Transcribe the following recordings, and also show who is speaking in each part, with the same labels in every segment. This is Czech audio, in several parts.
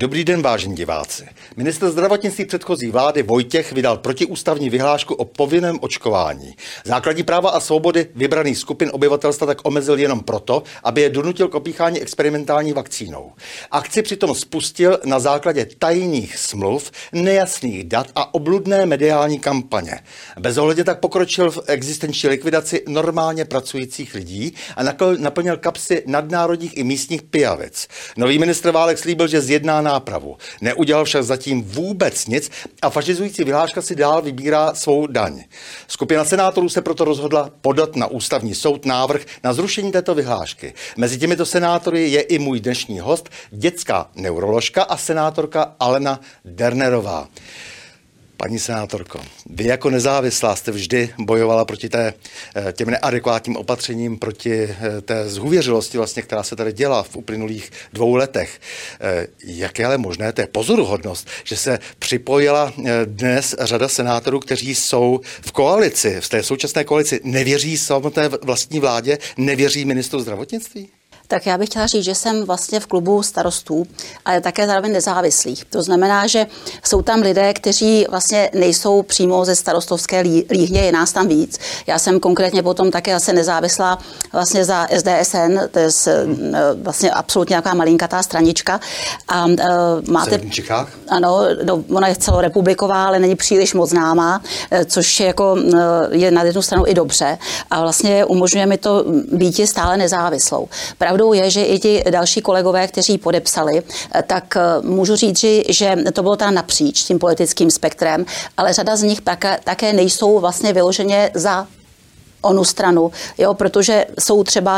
Speaker 1: Dobrý den, vážení diváci. Ministr zdravotnictví předchozí vlády Vojtěch vydal protiústavní vyhlášku o povinném očkování. Základní práva a svobody vybraných skupin obyvatelstva tak omezil jenom proto, aby je donutil k opíchání experimentální vakcínou. Akci přitom spustil na základě tajných smluv, nejasných dat a obludné mediální kampaně. Bezohledně tak pokročil v existenční likvidaci normálně pracujících lidí a naplnil kapsy nadnárodních i místních pijavic. Nový ministr Válek slíbil, že zjedná nápravu. Neudělal však zatím vůbec nic a fašizující vyhláška si dál vybírá svou daň. Skupina senátorů se proto rozhodla podat na ústavní soud návrh na zrušení této vyhlášky. Mezi těmito senátory je i můj dnešní host, dětská neuroložka a senátorka Alena Dernerová. Paní senátorko, vy jako nezávislá jste vždy bojovala proti těm neadekvátním opatřením, proti té zhůvěřilosti, vlastně, která se tady dělá v uplynulých 2 letech. Jak je ale možné, to je pozoruhodnost, že se připojila dnes řada senátorů, kteří jsou v koalici, v té současné koalici, nevěří samotné vlastní vládě, nevěří ministru zdravotnictví?
Speaker 2: Tak já bych chtěla říct, že jsem vlastně v klubu starostů, ale také zároveň nezávislých. To znamená, že jsou tam lidé, kteří vlastně nejsou přímo ze starostovské líhně, je nás tam víc. Já jsem konkrétně potom také zase nezávislá vlastně za SDSN, to je vlastně absolutně nějaká malinkatá stranička. A máte...
Speaker 1: V Čechách?
Speaker 2: Ano, no, ona je celorepubliková, ale není příliš moc známá, což je na jednu stranu i dobře. A vlastně umožňuje mi to být stále nezávislou. Pravdou je, že i ti další kolegové, kteří podepsali, tak můžu říct, že to bylo tam napříč tím politickým spektrem, ale řada z nich také nejsou vlastně vyloženě za onu stranu, jo, protože jsou třeba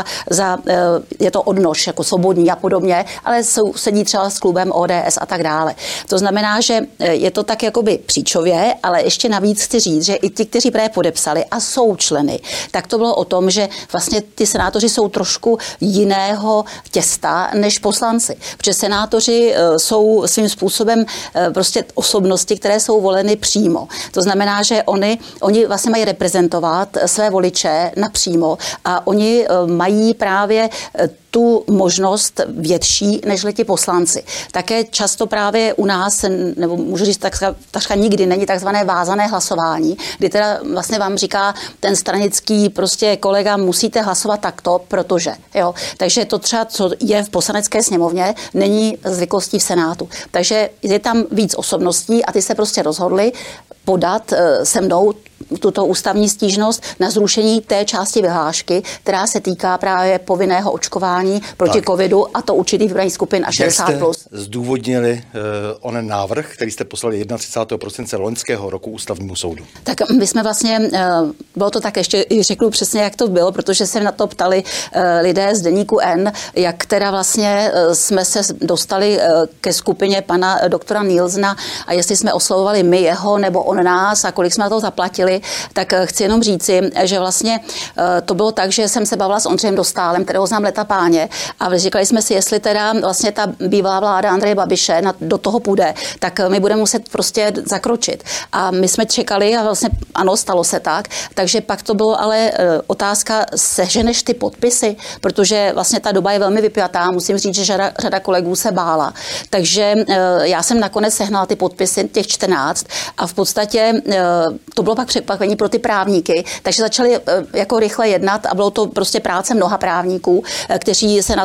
Speaker 2: je to odnož, jako Svobodní a podobně, ale sedí třeba s klubem ODS a tak dále. To znamená, že je to tak jakoby příčově, ale ještě navíc chci říct, že i ti, kteří právě podepsali a jsou členy, tak to bylo o tom, že vlastně ty senátoři jsou trošku jiného těsta než poslanci, protože senátoři jsou svým způsobem prostě osobnosti, které jsou voleny přímo. To znamená, že oni vlastně mají reprezentovat své voliče napřímo a oni mají právě tu možnost větší než ti poslanci. Také často právě u nás, nebo můžu říct takřka nikdy, není takzvané vázané hlasování, kdy teda vlastně vám říká ten stranický prostě kolega, musíte hlasovat takto, protože. Jo. Takže to třeba, co je v poslanecké sněmovně, není zvyklostí v Senátu. Takže je tam víc osobností a ty se prostě rozhodli podat se mnou tuto ústavní stížnost na zrušení té části vyhlášky, která se týká právě povinného očkování proti covidu a to určitých vybraných skupin a 60+.
Speaker 1: Jak jste zdůvodnili onen návrh, který jste poslali 31. prosince loňského roku ústavnímu soudu?
Speaker 2: Tak my jsme vlastně, bylo to tak, ještě řeknu přesně, jak to bylo, protože se na to ptali lidé z deníku N, jak teda vlastně jsme se dostali ke skupině pana doktora Nielsena a jestli jsme oslovovali my jeho nebo on nás a kolik jsme na to zaplatili, tak chci jenom říci, že vlastně to bylo tak, že jsem se bavila s Ondřejem Dostálem, kterého znám leta páně a říkali jsme si, jestli teda vlastně ta bývalá vláda Andreje Babiše do toho půjde, tak my budeme muset prostě zakročit. A my jsme čekali a vlastně ano, stalo se tak, takže pak to bylo ale otázka, seženeš ty podpisy, protože vlastně ta doba je velmi vypjatá, musím říct, že řada kolegů se bála. Takže já jsem nakonec sehnala ty podpisy, těch 14 a v podstatě to bylo pak překvapení pro ty právníky, takže začali jako rychle jednat a bylo to prostě práce mnoha právníků, kteří se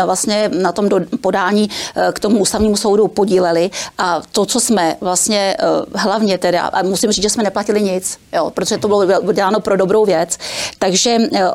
Speaker 2: na tom podání k tomu ústavnímu soudu podíleli a to, co jsme vlastně hlavně teda, a musím říct, že jsme neplatili nic, jo, protože to bylo děláno pro dobrou věc, takže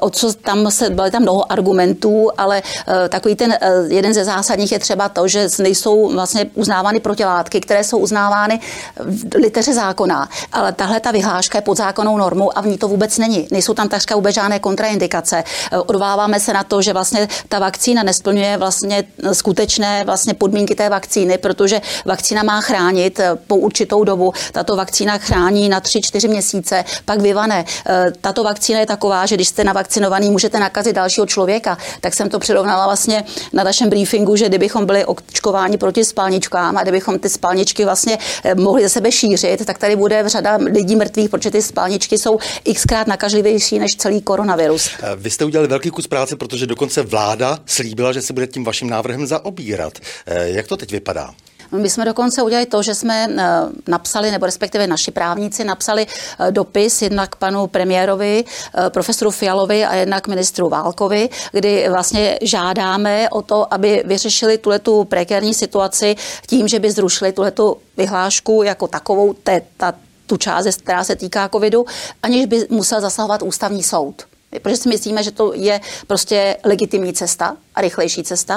Speaker 2: byly tam mnoho argumentů, ale takový ten jeden ze zásadních je třeba to, že nejsou vlastně uznávány protilátky, které jsou uznávány v liteře zákona, ale tahle ta vyhláška je pod zákonnou normou a v ní to vůbec není. Nejsou tam takřka vůbec žádné kontraindikace. Odvoláváme se na to, že vlastně ta vakcína nesplňuje vlastně skutečné vlastně podmínky té vakcíny, protože vakcína má chránit po určitou dobu. Tato vakcína chrání na 3-4 měsíce, pak vyvane. Tato vakcína je taková, že když jste navakcinovaný, můžete nakazit dalšího člověka. Tak jsem to přirovnala vlastně na našem briefingu, že kdybychom byli očkováni proti spalničkám a kdybychom ty spalničky vlastně mohli ze sebe šířit, tak tady bude řada lidí mrtvých, protože ty spalničky jsou xkrát nakažlivější než celý koronavirus.
Speaker 1: Vy jste udělali velký kus práce, protože dokonce vláda slíbila, že se bude tím vaším návrhem zaobírat. Jak to teď vypadá?
Speaker 2: My jsme dokonce udělali to, že jsme napsali, nebo respektive naši právníci napsali dopis jednak panu premiérovi, profesoru Fialovi a jednak ministru Válkovi, kdy vlastně žádáme o to, aby vyřešili tuhletu prekérní situaci tím, že by zrušili tuhletu vyhlášku jako takovou, tu část, která se týká covidu, aniž by musel zasahovat ústavní soud. Protože si myslíme, že to je prostě legitimní cesta a rychlejší cesta.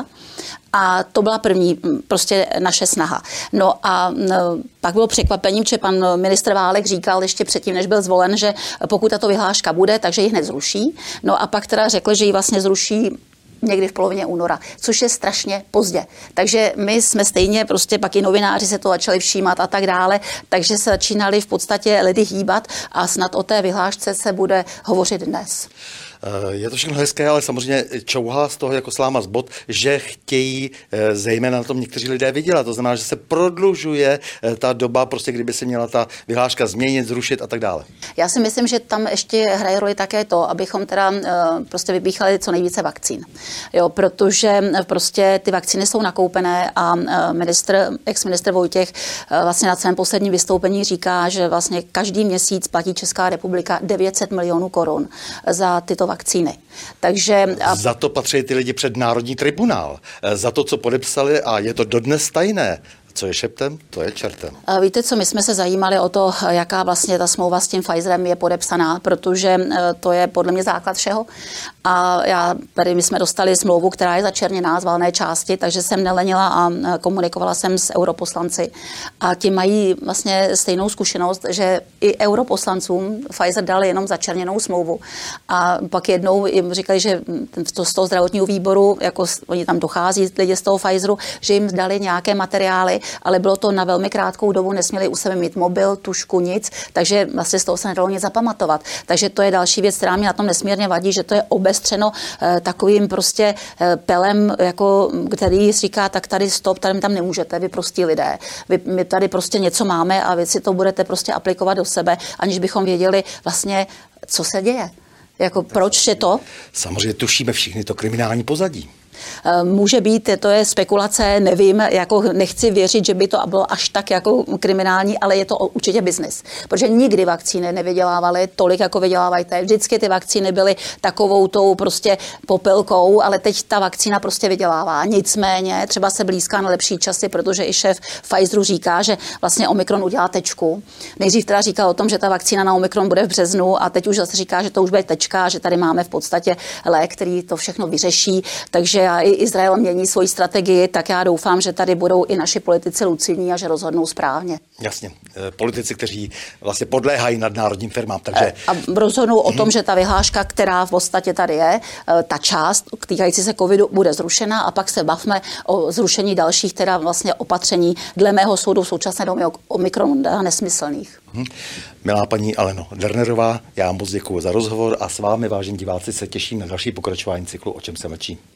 Speaker 2: A to byla první prostě naše snaha. No a pak bylo překvapením, že pan ministr Válek říkal ještě předtím, než byl zvolen, že pokud tato vyhláška bude, takže ji hned zruší. No a pak teda řekl, že ji vlastně zruší někdy v polovině února, což je strašně pozdě. Takže my jsme stejně, prostě pak i novináři se to začali všímat a tak dále, takže se začínali v podstatě lidi hýbat a snad o té vyhlášce se bude hovořit dnes.
Speaker 1: Je to všechno hezké, ale samozřejmě čouhá z toho jako sláma z bot, že chtějí zejména na tom někteří lidé vydělat. To znamená, že se prodlužuje ta doba, prostě kdyby se měla ta vyhláška změnit, zrušit a tak dále.
Speaker 2: Já si myslím, že tam ještě hraje roli také to, abychom teda prostě vypíchali co nejvíce vakcín. Jo, protože prostě ty vakcíny jsou nakoupené a ex-ministr Vojtěch vlastně na svém posledním vystoupení říká, že vlastně každý měsíc platí Česká republika 900 milionů korun za tyto vakcíny. Takže
Speaker 1: za to patří ty lidi před Národní tribunál. Za to, co podepsali, a je to dodnes tajné. Co je šeptem, to je čertem.
Speaker 2: Víte co, my jsme se zajímali o to, jaká vlastně ta smlouva s tím Pfizerem je podepsaná, protože to je podle mě základ všeho. A my jsme dostali smlouvu, která je začerněná z valné části, takže jsem nelenila a komunikovala jsem s europoslanci. A ti mají vlastně stejnou zkušenost, že i europoslancům Pfizer dal jenom začerněnou smlouvu. A pak jednou jim říkali, že z toho zdravotního výboru, jako oni tam dochází lidi z toho Pfizeru, že jim dali nějaké materiály, ale bylo to na velmi krátkou dobu, nesměli u sebe mít mobil, tušku, nic, takže vlastně z toho se nedalo nic zapamatovat. Takže to je další věc, která mě na tom nesmírně vadí, že to je obestřeno takovým prostě pelem, jako, který říká, tak tady stop, tady tam nemůžete, vy prostí lidé. My tady prostě něco máme a vy si to budete prostě aplikovat do sebe, aniž bychom věděli vlastně, co se děje. Jako proč je to?
Speaker 1: Samozřejmě tušíme všichni to kriminální pozadí.
Speaker 2: Může být, to je spekulace, nevím, jako nechci věřit, že by to bylo až tak jako kriminální, ale je to určitě biznis. Protože nikdy vakcíny nevydělávaly tolik, jako vydělávají teď. Vždycky ty vakcíny byly takovou tou prostě popelkou, ale teď ta vakcína prostě vydělává. Nicméně třeba se blízká na lepší časy, protože i šéf Pfizeru říká, že vlastně Omikron udělá tečku. Nejdřív teda říkal o tom, že ta vakcína na Omikron bude v březnu a teď už zase říká, že to už bude tečka, že tady máme v podstatě lék, který to všechno vyřeší. Takže i Izrael mění svoji strategii, tak já doufám, že tady budou i naši politici lucidní a že rozhodnou správně.
Speaker 1: Jasně. Politici, kteří vlastně podléhají nadnárodním firmám. Takže...
Speaker 2: A rozhodnou o tom, že ta vyhláška, která v podstatě tady je, ta část týkající se covidu, bude zrušena a pak se bavme o zrušení dalších teda vlastně opatření dle mého soudu v současné době Omikronu nesmyslných.
Speaker 1: Milá paní Aleno Dernerová, já moc děkuji za rozhovor a s vámi, vážení diváci, se těším na další pokračování cyklu O čem se mlčí.